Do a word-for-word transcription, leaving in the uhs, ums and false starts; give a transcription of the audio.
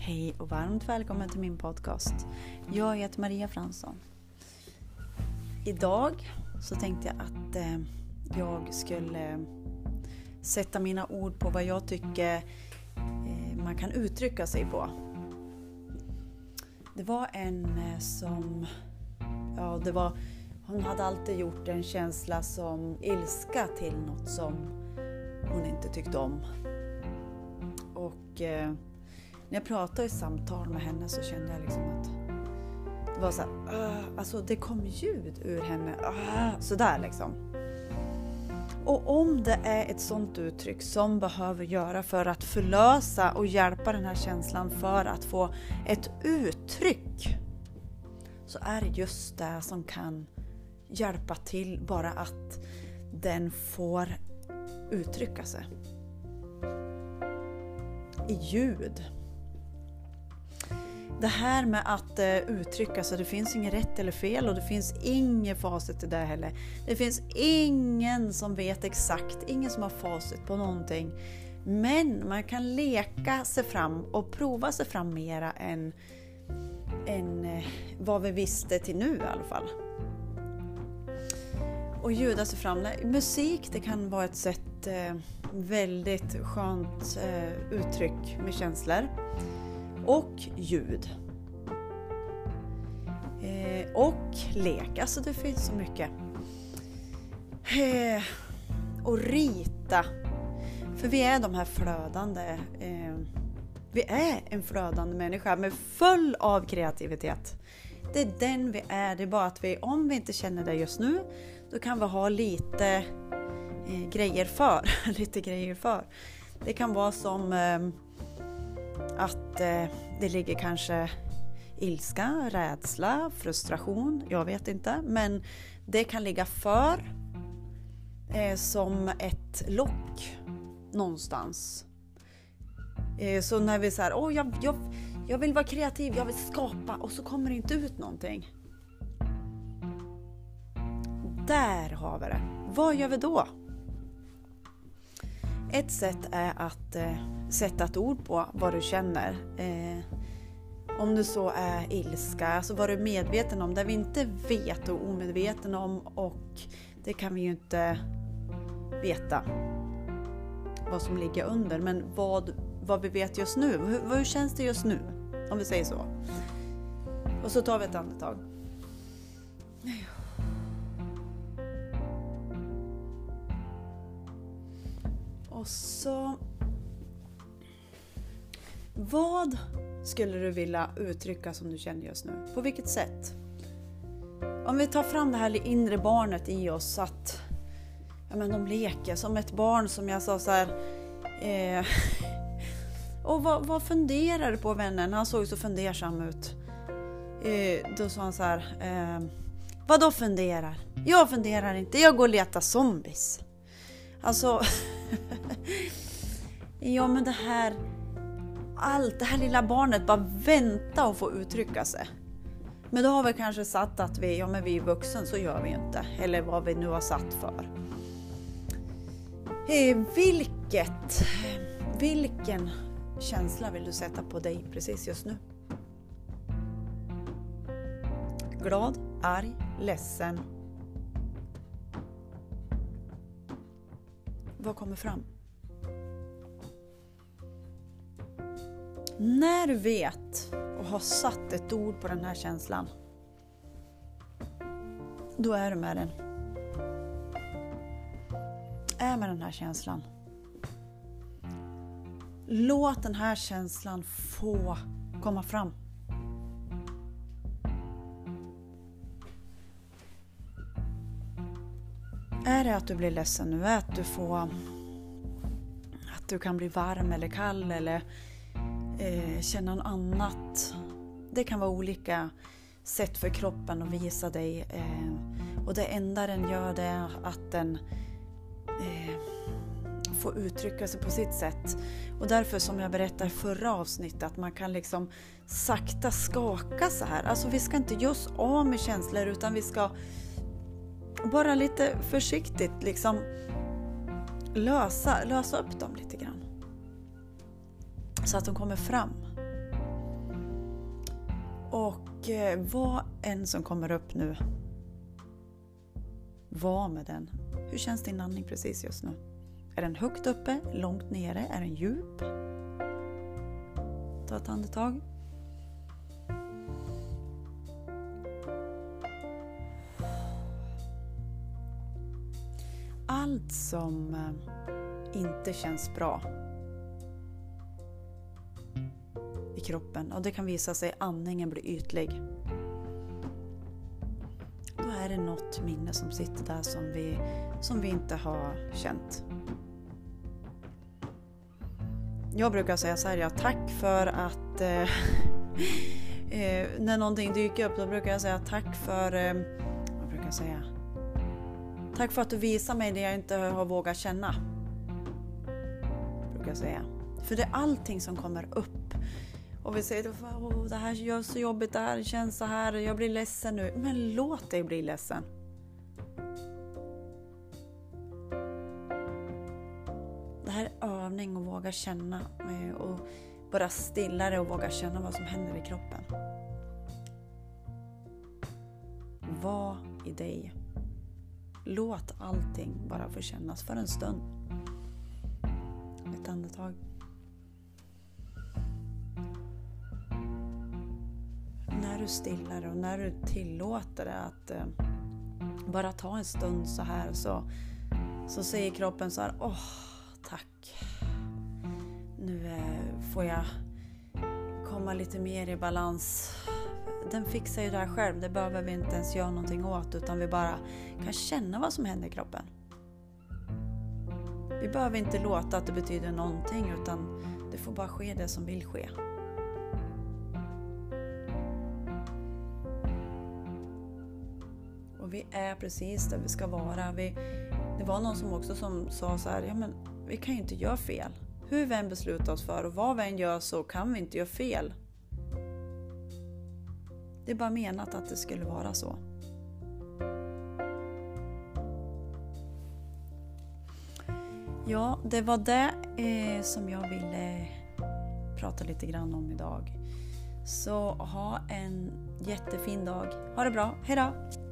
Hej och varmt välkommen till min podcast. Jag heter Maria Fransson. Idag så tänkte jag att eh, jag skulle sätta mina ord på vad jag tycker eh, man kan uttrycka sig på. Det var en eh, som, ja det var, hon hade alltid gjort en känsla som ilska till något som hon inte tyckte om. Och eh, när jag pratade i samtal med henne så kände jag liksom att det var så här, uh, alltså det kom ljud ur henne, uh, sådär liksom. Och om det är ett sånt uttryck som behöver göra för att förlösa och hjälpa den här känslan för att få ett uttryck, så är det just det som kan hjälpa till bara att den får uttrycka sig. I ljud. Det här med att uh, uttrycka sig, det finns inget rätt eller fel och det finns inget facit till det heller. Det finns ingen som vet exakt, ingen som har facit på någonting. Men man kan leka sig fram och prova sig fram mera än, än uh, vad vi visste till nu i alla fall. Och ljuda sig fram. Musik, det kan vara ett sätt, uh, väldigt skönt uh, uttryck med känslor. Och ljud. Eh, och lek. Alltså det finns så mycket. Eh, och rita. För vi är de här flödande. Eh, vi är en flödande människa med full av kreativitet. Det är den vi är. Det är bara att vi, om vi inte känner det just nu, då kan vi ha lite eh, grejer för. lite grejer för. Det kan vara som... Eh, Att eh, det ligger kanske ilska, rädsla, frustration, jag vet inte. Men det kan ligga för eh, som ett lock någonstans. Eh, så när vi säger, åh jag, jag, jag vill vara kreativ, jag vill skapa, och så kommer det inte ut någonting. Där har vi det. Vad gör vi då? Ett sätt är att eh, sätta ett ord på vad du känner. Eh, om det så är ilska, alltså vad du är medveten om. Det vi inte vet och omedveten om, och det kan vi ju inte veta vad som ligger under. Men vad, vad vi vet just nu. Hur, hur känns det just nu? Om vi säger så. Och så tar vi ett andetag. Och så... Vad skulle du vilja uttrycka som du känner just nu? På vilket sätt? Om vi tar fram det här inre barnet i oss, att ja, men de leker som ett barn, som jag sa så här. Eh, och vad, vad funderar du på, vännen? Han såg så fundersam ut. Eh, då sa han så här. Eh, vad då funderar? Jag funderar inte. Jag går och letar zombies. Alltså... ja, men det här... Allt, det här lilla barnet bara väntar och få uttrycka sig. Men då har vi kanske satt att vi, ja men vi är vuxen, så gör vi inte. Eller vad vi nu har satt för. Eh, vilket, vilken känsla vill du sätta på dig precis just nu? Glad, arg, ledsen. Vad kommer fram? När du vet och har satt ett ord på den här känslan, då är du med den. Är med den här känslan. Låt den här känslan få komma fram. Är det att du blir ledsen nu? Är att du får, att du kan bli varm eller kall eller Eh, känna något annat. Det kan vara olika sätt för kroppen att visa dig. Eh, och det enda den gör, det är att den eh, får uttrycka sig på sitt sätt. Och därför, som jag berättade i förra avsnittet, att man kan liksom sakta skaka så här. Alltså vi ska inte just av med känslor, utan vi ska bara lite försiktigt liksom lösa, lösa upp dem lite grann. Så att de kommer fram. Och eh, vad en som kommer upp nu, var med den. Hur känns din andning precis just nu? Är den högt uppe, långt nere? Är den djup? Ta ett andetag. Allt som inte känns bra i kroppen, och det kan visa sig att andningen blir ytlig. Då är det något minne som sitter där som vi, som vi inte har känt. Jag brukar säga så här, ja, tack för att eh, eh, när någonting dyker upp, då brukar jag säga tack för eh, vad brukar jag säga? Tack för att du visar mig det jag inte har vågat känna. Brukar jag säga. För det är allting som kommer upp. Och vi säger, oh, det här gör så jobbigt, det här känns så här, jag blir ledsen nu. Men låt dig bli ledsen. Det här är övning och våga känna. Och bara stilla dig och våga känna vad som händer i kroppen. Var i dig. Låt allting bara få kännas för en stund. Ett andetag. När du stillar och när du tillåter det att eh, bara ta en stund så här, så, så säger kroppen så här, åh, tack. Nu eh, får jag komma lite mer i balans. Den fixar ju det här själv, det behöver vi inte ens göra någonting åt, utan vi bara kan känna vad som händer i kroppen. Vi behöver inte låta att det betyder någonting, utan det får bara ske det som vill ske. Och vi är precis där vi ska vara. Vi, det var någon som också som sa så här, ja men vi kan ju inte göra fel. Hur vi än beslutar oss för och vad vi än gör, så kan vi inte göra fel. Det är bara menat att det skulle vara så. Ja, det var det eh, som jag ville prata lite grann om idag. Så ha en jättefin dag. Ha det bra. Hej då!